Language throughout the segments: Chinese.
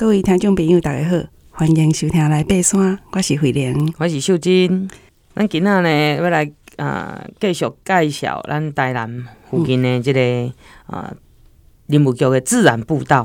各位听众朋友，大家好，欢迎收听来爬山，我是慧玲， 我是秀珍。咱今仔呢要来继续介绍咱台南附近的这个林务局的自然步道。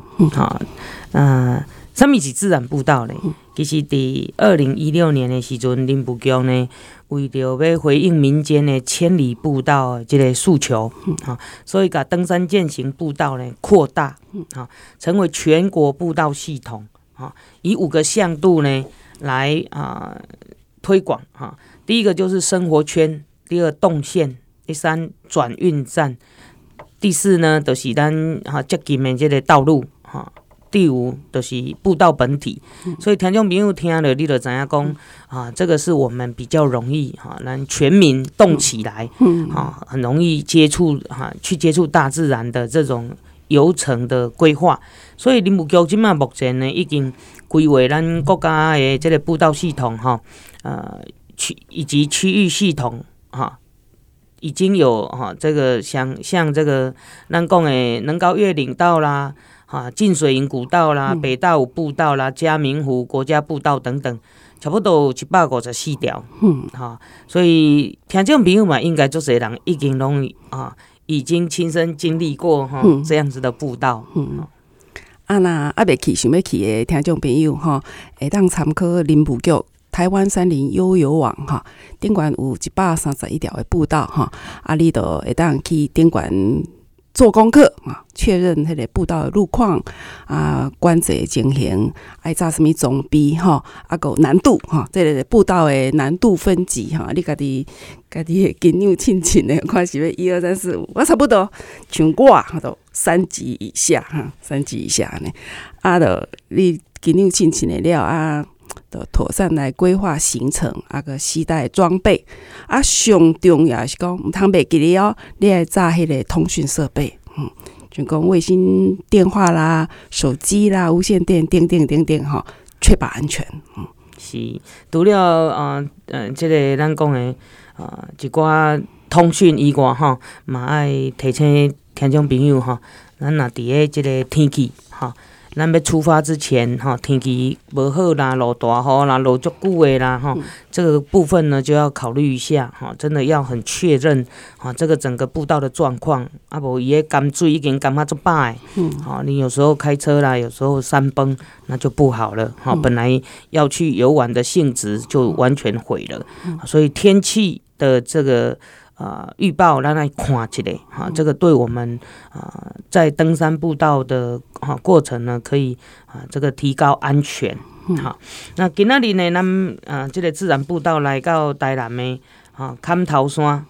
什么是自然步道呢？其实伫2016年的时阵，林务局呢为着要回应民间的千里步道的这个诉求，所以把登山健行步道呢扩大，成为全国步道系统，以5个向度呢来推广。第一个就是生活圈，第二动线，第三转运站，第四呢就是咱接近的这个道路，第五就是步道本体。所以听众朋友听了，你就知影讲这个是我们比较容易让全民动起来，很容易接触去接触大自然的这种游程的规划。所以林务局今目前呢已经规划咱国家的这个步道系统以及区域系统已经有这个像这个咱讲的能高越岭道啦，浸水营古道啦，北大武步道啦，嘉明湖国家步道等等，差不多有154条。所以听众朋友嘛，应该很多人已经已经亲身经历过这样子的步道。 那未去想要去的听众朋友会当参考林务局台湾山林悠游网顶悬有131条的步道你就会当去顶悬做功课确认迄个步道的路况管制情形，爱扎什么装备有难度这个步道的难度分级你家己的经验亲像的，看是要1、2、3、4、5，我差不多像我都3级以下3级以下呢就你经验亲像的了就妥善来规划行程个携带装备上重要是讲毋通袂记哩你要载迄个通讯设备像讲卫星电话啦、手机啦、无线电等确保安全。 是除了这个咱讲的一寡通讯以外嘛爱提醒听众朋友咱若伫个这个天气咱要出发之前天气不好啦，落大雨啦，落足久的啦这个部分呢就要考虑一下真的要很确认这个整个步道的状况不伊的甘水已经甘啊足饱的你有时候开车啦，有时候山崩那就不好了本来要去游玩的性质就完全毁了所以天气的这个预报咱来看一下这个对我们在登山步道的过程呢，可以这个提高安全。那今仔日呢，咱这个自然步道来到台南的砍头山，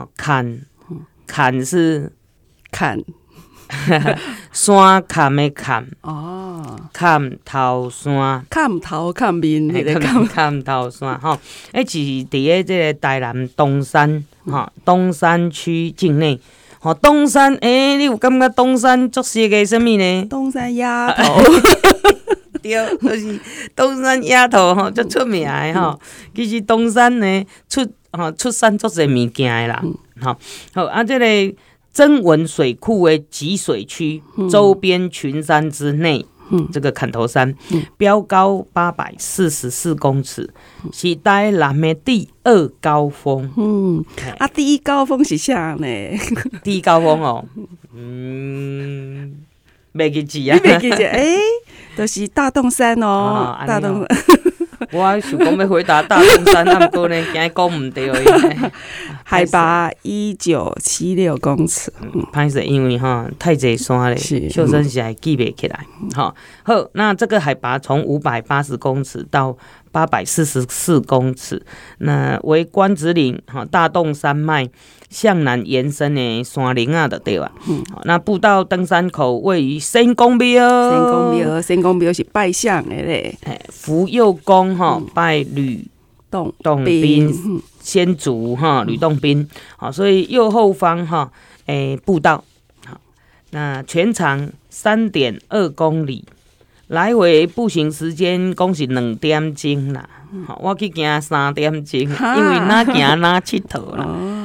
砍是砍山砍的砍砍头山， 砍头砍面那个砍头山是伫个这个台南东山东山区境内。东山你有感觉东山足适合什么呢？ 东山鸭头对，就是东山鸭头足出名的其实东山呢出产足侪物件的啦。这个曾文水库的集水区周边群山之内。这个砍头山标高844公尺，是台南的第2高峰。 第1高峰是啥呢？ 第1高峰袂记记啊， 袂记记就是大洞山大洞山。 我想讲要回答大洞山，不过呢，今日讲唔对， 海拔1976公尺。 歹势，因为太侪山咧，秀珍是还记袂起来。好，那这个海拔从580公尺到844公尺，那为关子岭大洞山脉向南延伸的山林就对了。那步道登山口位于仙公庙， 仙公庙是拜相的咧。 福佑宫拜吕洞宾先祖吕洞宾，所以右后方步道，那全长3.2公里，来回步行时间共是2点钟啦。我去行3点钟，因为哪行哪佚佗啦。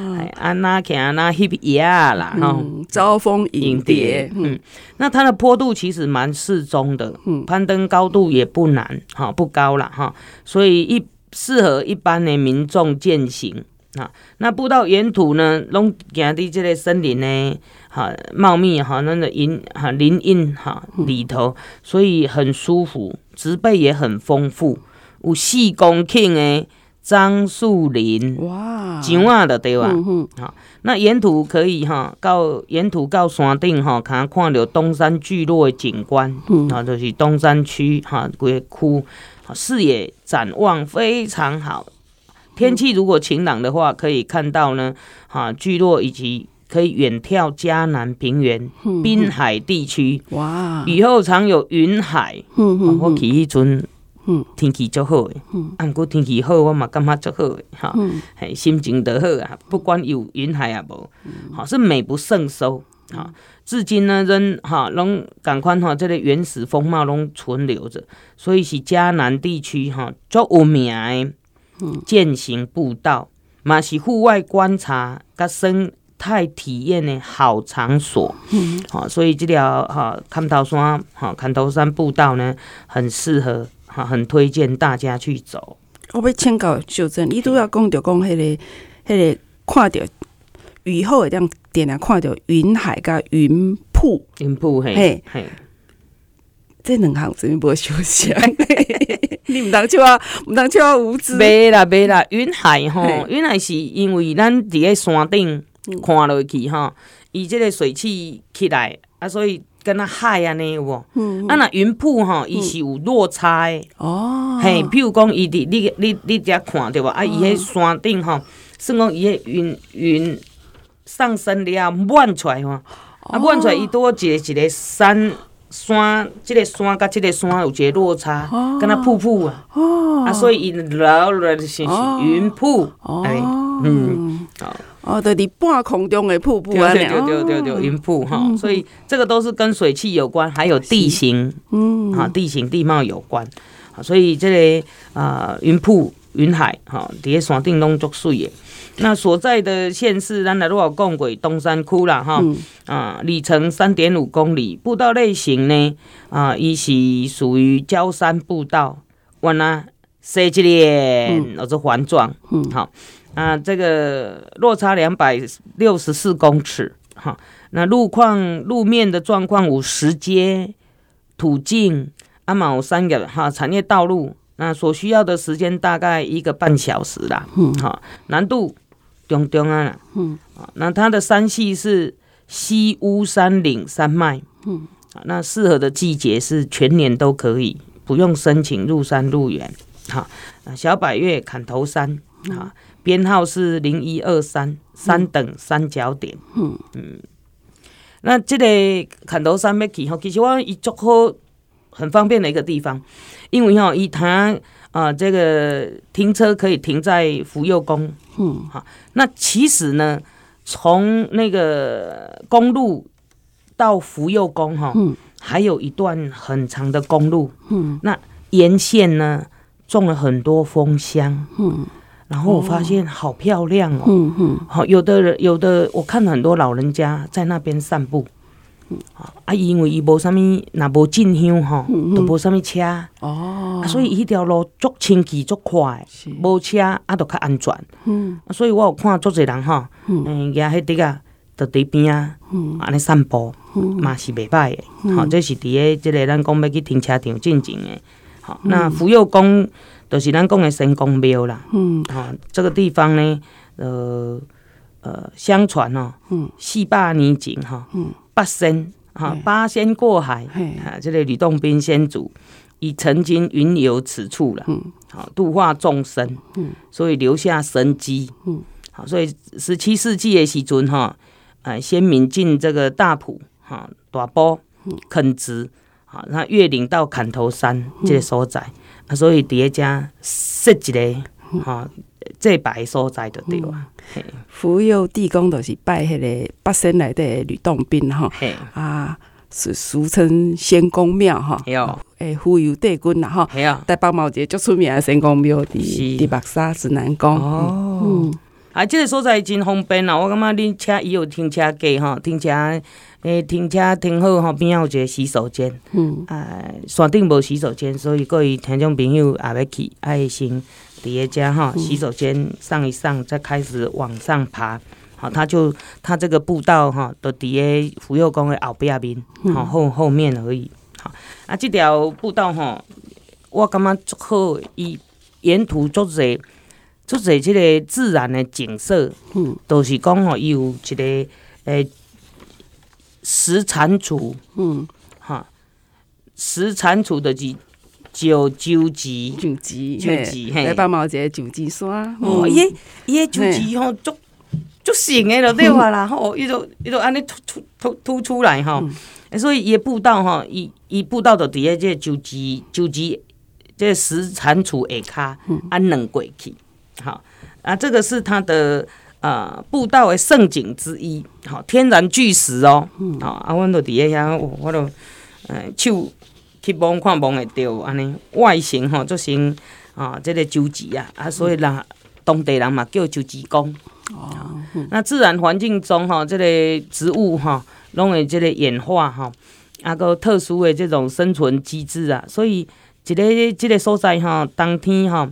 安那去安那翕野啦， 招蜂引蝶。 那它的坡度其实蛮适中的，攀登高度也不难，不高啦哈，所以适合一般的民众健行。那步道沿途呢，拢行伫这个森林呢，茂密那个林荫里头，所以很舒服，植被也很丰富，有4公顷的樟树林，哇，树啊就对吧？那沿途可以到山顶看到东山聚落的景观，就是东山区规个区，视野展望非常好。天气如果晴朗的话，可以看到呢，聚落以及可以远眺嘉南平原、滨海地区。哇！雨后常有云海。我去迄阵，天气足好诶。不过天气好，我嘛感觉足好诶。心情就好啊，不管有云海啊无，是美不胜收。至今呢，仍拢同款这个原始风貌拢存留着，所以是嘉南地区足有名诶。健行步道嘛是户外观察跟生态体验的好场所，所以这条砍头山步道呢，很适合，很推荐大家去走。 我要请教秀珍，你拄要讲到讲迄个看到雨后会当点啊，看到云海甲云瀑，嘿，这两项真无相像。你唔当笑啊无知。 袂啦，云海云海是因为咱伫咧山顶看落去伊这个水汽起来所以跟那海安尼有无？那云瀑伊是有落差的嘿，譬如讲伊你遮看对无？伊迄山顶算讲伊迄云上升了满出来满出来伊多一个山。这个山甲这个山有一个落差，敢若瀑布所以伊流落就是云瀑， 就是半空中的瀑布对，云瀑所以这个都是跟水汽有关，还有地形，地貌有关，所以这个云瀑、云海伫咧山顶拢足水的。那所在的县市，咱来都有讲过东山区啦，里程3.5公里，步道类型呢，伊是属于郊山步道，完啦，C一列，或者环状，这个落差264公尺，那路面的状况有石阶、土径，嘛有山野产业道路，那所需要的时间大概1个半小时啦，难度中啦，那它的山系是西乌山岭山脉，那适合的季节是全年都可以，不用申请入山入园，小百岳砍头山，编号是0123，3等3角点，那这个砍头山要去其实我伊足好，很方便的一个地方，因为伊它这个停车可以停在福佑宫，那其实呢，从那个公路到福佑宫还有一段很长的公路，那沿线呢种了很多枫香，然后我发现好漂亮有的我看了很多老人家在那边散步。因为伊无啥物，若无进香就无啥物车所以伊迄条路足清气足快，无车就较安全。所以我有看足侪人举迄块就伫边安尼散步，嘛是袂歹的。这是伫咧即个咱讲要去停车场进前的。那福佑宫就是咱讲的神公庙啦。这个地方呢，相传400年前八仙过海这个吕洞宾先祖已曾经云游此处了，度化众生，所以留下神迹。所以17世纪的时阵先民进这个大埔大埔垦殖，那越岭到砍头山这个所在，所以伫遮设一个祭拜的所在就对了。 福佑地宫就是拜迄个八仙内底的吕洞宾俗称仙公庙福佑帝君啦台北嘛有一个足出名的仙公庙伫木沙指南宫。 啊，这个所在真方便啦，我感觉恁车伊有停车格吼，停车停好吼，边仔有一个洗手间，山顶无洗手间，所以各位听众朋友也要去，爱先伫个遮吼洗手间上一上，再开始往上爬。好，它这个步道哈，都伫个福佑宫的后壁面，后面而已。好，啊，这条步道哈，我感觉足好，伊沿途足侪这个自然的景色，都是讲吼，伊有一个石蟾蜍，石蟾蜍就是九级， 台北嘛有一个九级山， 伊个九级吼足神的就对话啦，吼，伊就安尼突出来吼，所以伊的步道吼，伊步道就伫个这九级这个石蟾蜍下骹软过去，好啊，这个是它的步道的胜景之一，好，天然巨石哦，好啊，阮就伫个遐，我就手去摸看摸会到安尼，外形吼足像这个九级啊，所以人当地人嘛叫九级公。那自然环境中哈，这个植物哈，拢会这个演化哈，个特殊的这种生存机制啊，所以这个所在哈，冬天哈，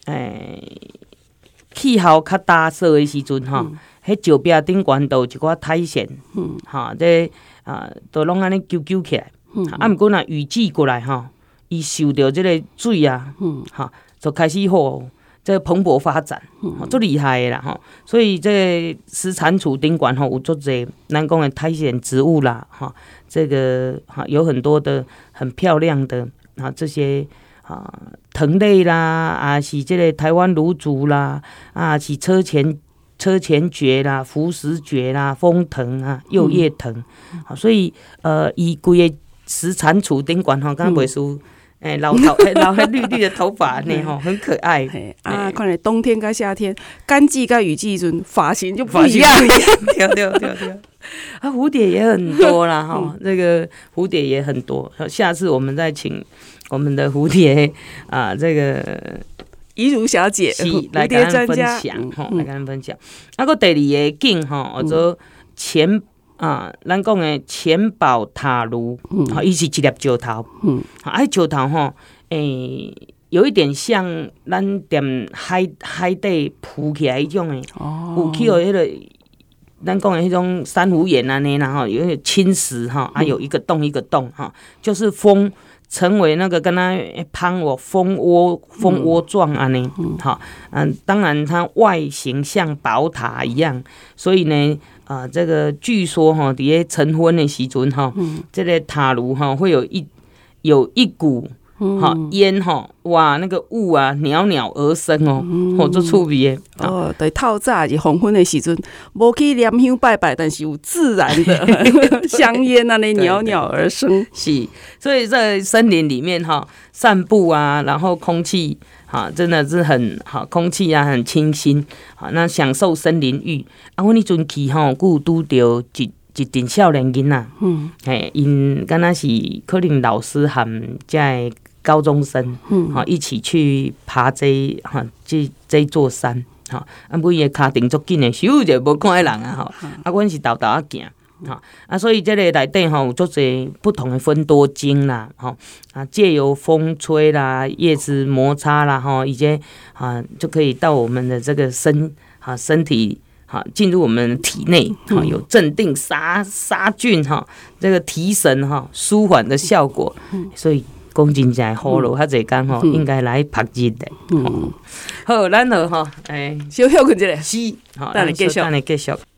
气候较干燥的时阵哈，迄石壁顶悬都有一寡苔藓，这都拢安尼揪起来，毋过若雨季过来哈，伊受到这个水啊，就开始这个蓬勃发展，足厉害的啦，所以这个石蟾蜍顶悬有足侪咱讲的苔藓植物啦，这个有很多的很漂亮的这些藤类啦，是这个台湾芦竹啦，是车前蕨啦、浮石蕨啦、枫藤啊、柚叶藤，所以伊规个石蟾蜍顶悬敢若袂输。老绿绿的头发呢，很可爱。 看来冬天跟夏天，干季跟雨季中发型就不一样。 对。蝴蝶也很多啦，这个蝴蝶也很多。下次我们再请我们的蝴蝶这个怡如小姐来跟咱分享，来跟咱分享。个第二个景叫做咱讲的钱宝塔炉，伊是一粒石头，石头吼，有一点像咱踮海底浮起来迄种的，有去迄个咱讲的迄种珊瑚岩安尼啦，吼，有点侵蚀哈，有一个洞一个洞哈，就是成为那个跟它蜂窝状安尼，当然它外形像宝塔一样，所以呢。这个据说哈，伫咧晨昏的时阵哈，这个塔炉哈会有一股烟哈，哇，那个雾啊袅袅而生哦，做趣味的。 对，透早是黄昏的时阵，无去念香拜拜，但是有自然的香烟啊，那袅袅而生。 是，所以在森林里面哈散步啊，然后空气。真的是很好，空气啊很清新，那享受森林浴。阮迄阵去有拄着一群少年囡仔，因敢若是可能老师含这的高中生，一起去爬这座山，不过伊的骹程足紧的，咻就无看到人啊，阮是豆豆行。所以这个内底有足侪不同的芬多精啦，借由风吹啦、叶子摩擦啦，以及就可以到我们的这个身体进入我们的体内，有镇定杀菌这个提神舒缓的效果，所以讲真正好咯，较侪工应该来拍日的。好，咱就小休困一下， 是，等你继续。